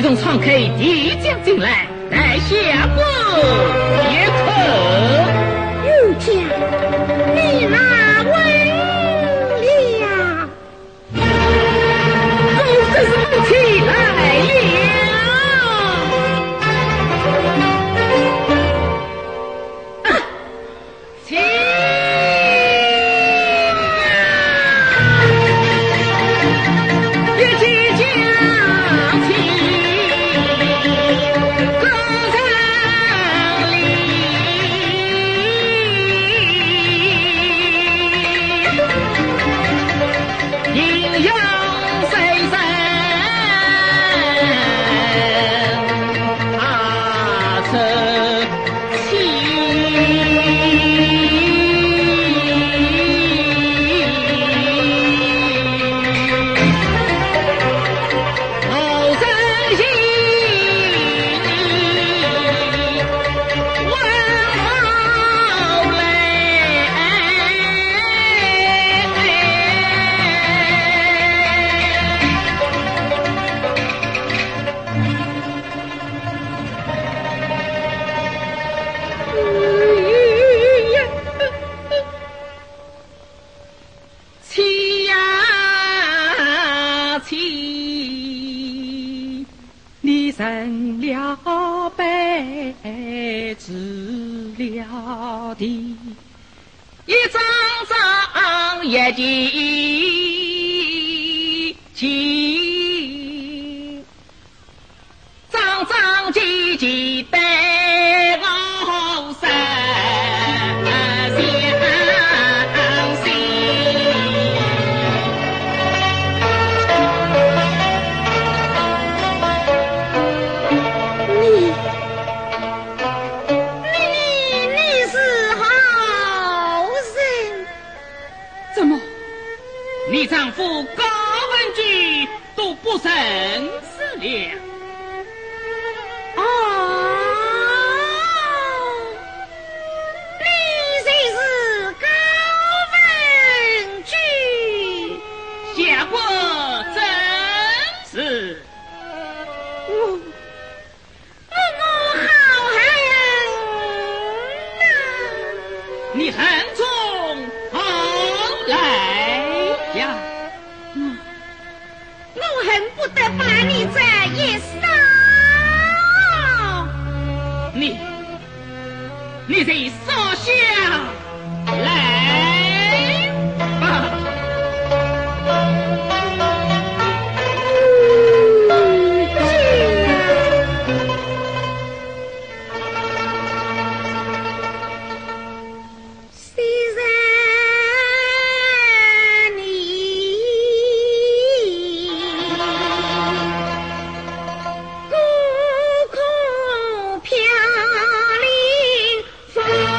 种常客即将进来，待下过也可。 有家，你哪问了？ 公子是母亲来了。 成了白治了的， 一张张业绩起，张张积积带我三相信。 你是好人， 怎么？ 你丈夫高文举都不认识了。 哦，你才是高文举， 下过真是。 我好恨呐！ 你恨从何来呀？ 我恨不得把你这一烧。 你这烧香来吧。 虽然你孤苦飘零风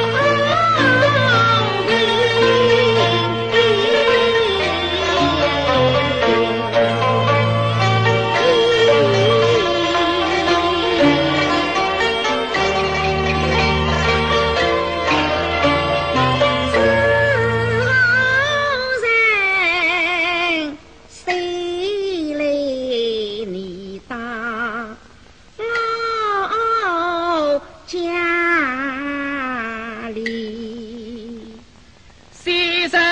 人谁来你打我家里？ 虽然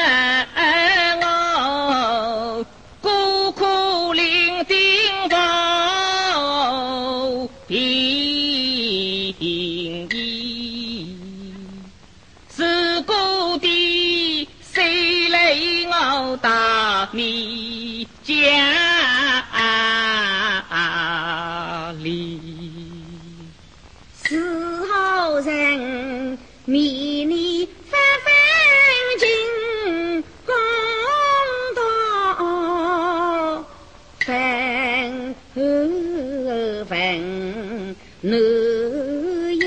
我孤苦伶仃无凭依，是故的谁来我到你家里？ 是好人迷你分分情公道，分后分难有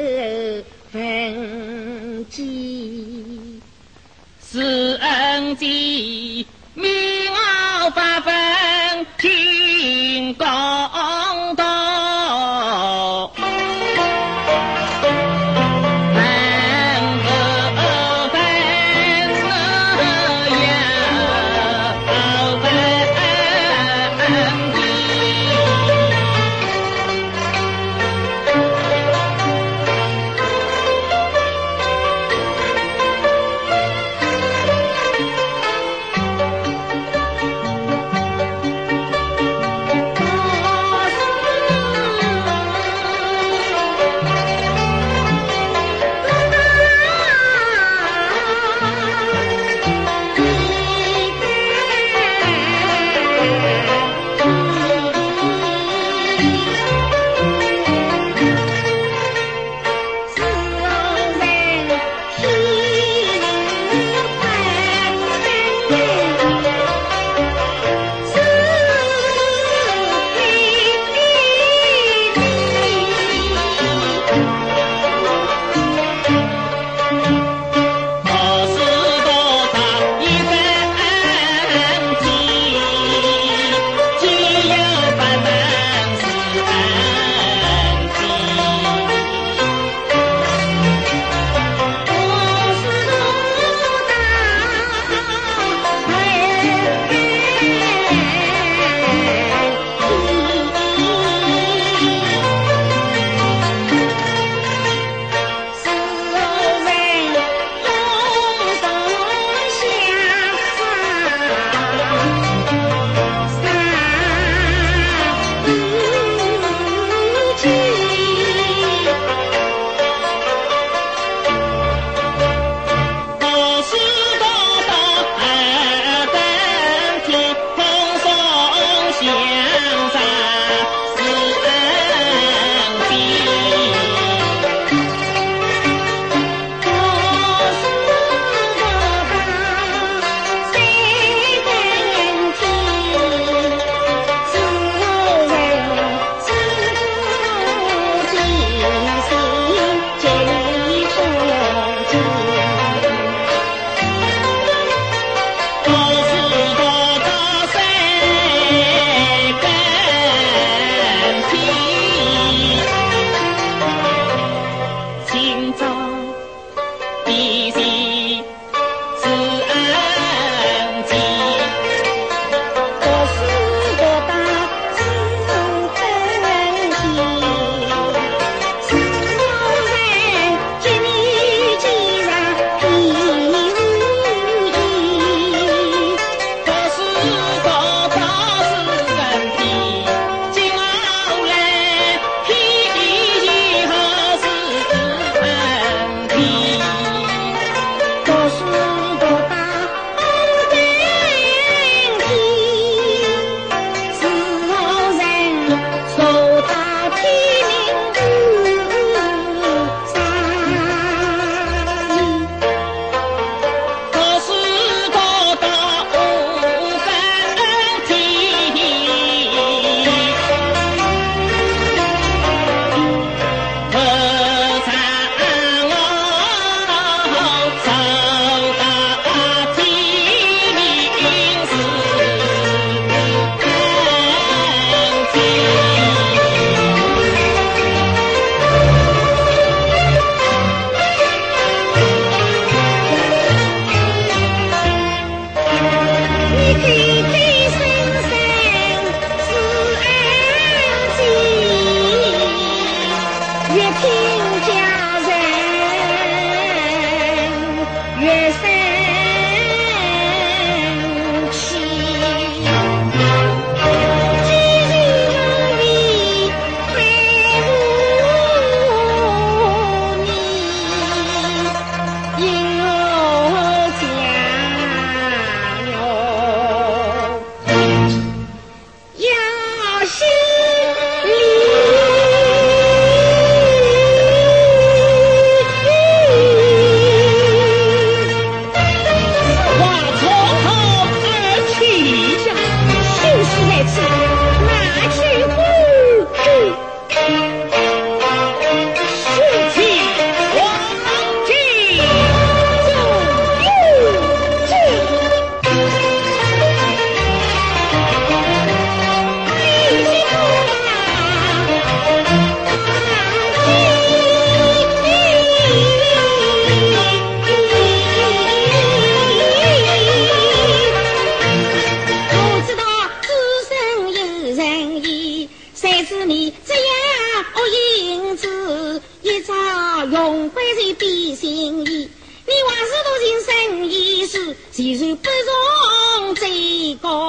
分己。 是恩基命我发分听公道，分后分难有分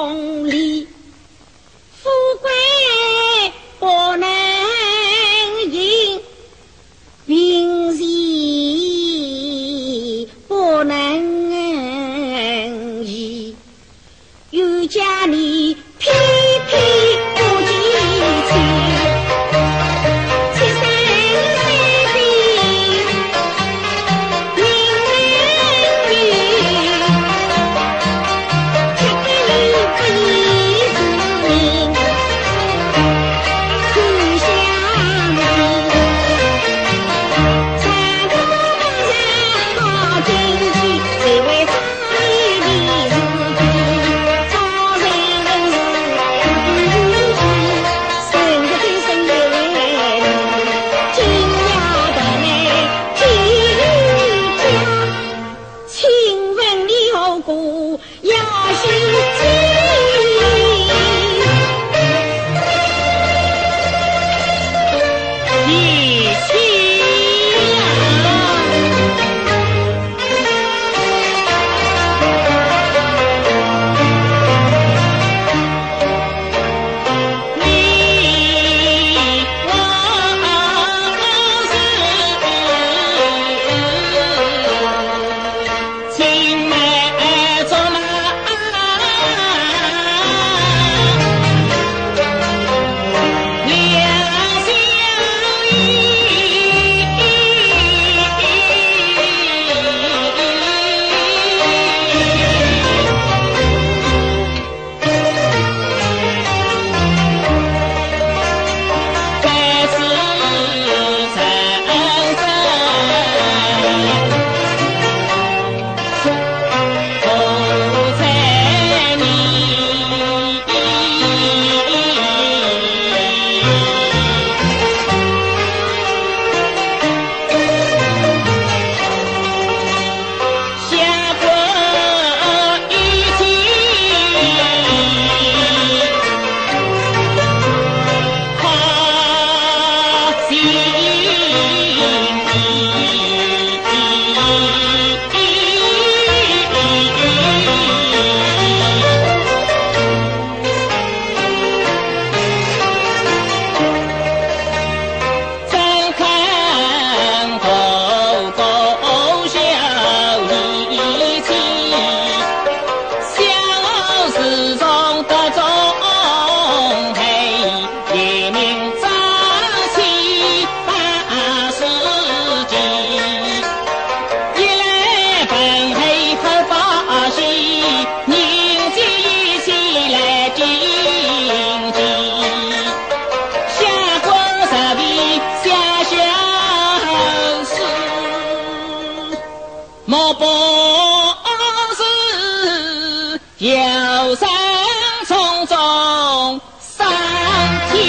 功利，富贵不能赢，名利不能移，又家里偏偏不记起，七三三的名人语，吃给你不义之名，苦相比，传统人好经济，只为生意的事情，超人文是生个天生有情要的来记家，请问你后果要心机。 一起莫不是有生匆匆上天。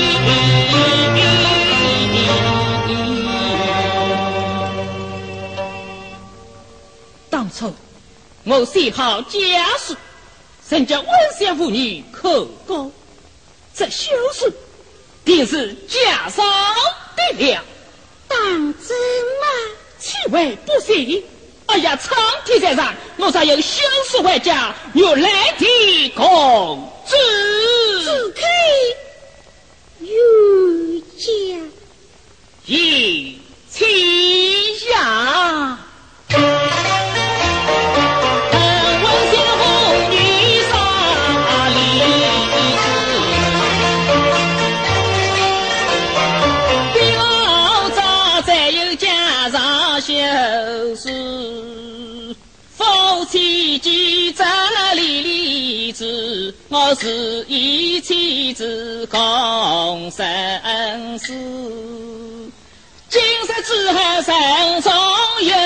当初我写好家书，曾叫温相妇女口告，这休书定是家上的了。 当真吗？ 岂为不信？哎呀，苍天在上，我才有休书回家，又来提公旨。 只可有家一起呀。我是一妻子共生死，今生只恨身中有。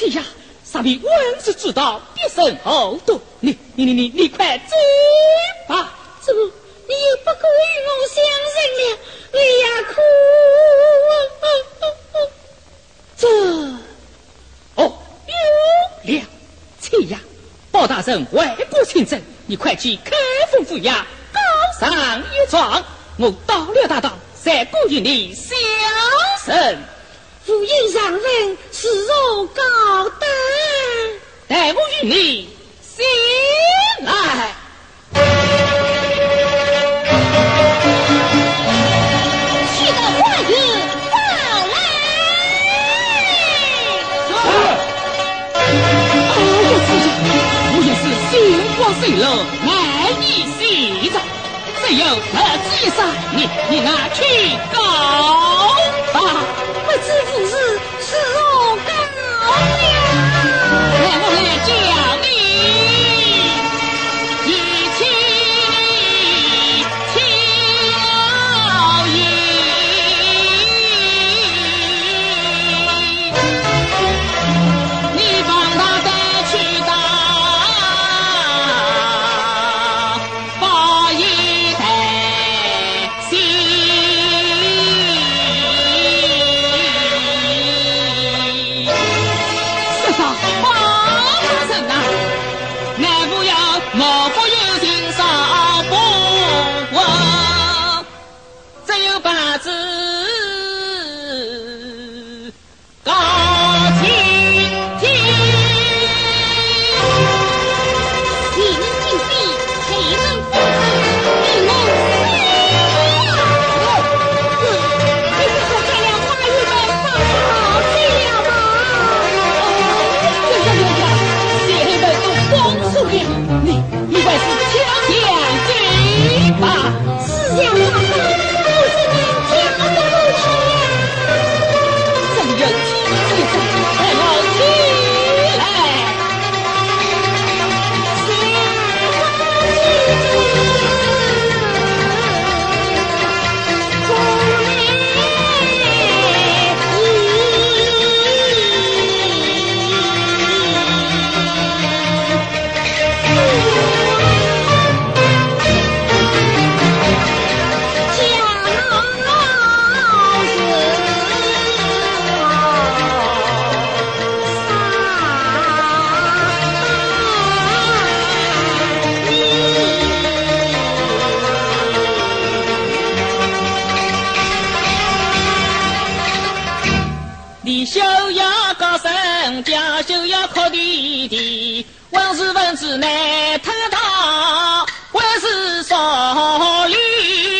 这呀，上面文字知道，必胜后多。你快走吧。 主，你不可与我相认了，我也哭。 有了，这样，包大人外国亲征，你快去开封府衙告上一状，我到了大道，再过与你相审。 夫人上问是若高等， 待我与你先来。 去的花园到来。 我也是心光水漏，难以细着。只有儿子一杀，你拿去告吧。 不知夫是若高了。 我来讲你一起条言，你帮他带去打报一代心。包大人呐，乃不要莫不有心少不我，只有把子高青天。 你们进必谁能负责？你们你是说开了花园的放好去了吗？ 血黑本都光出了，你还是强强嘴吧。 是呀，大哥，我是能讲得过去呀。 怎么有气质在？快我起来！你修要高升，家修要靠地地，文字难探讨，为是少理。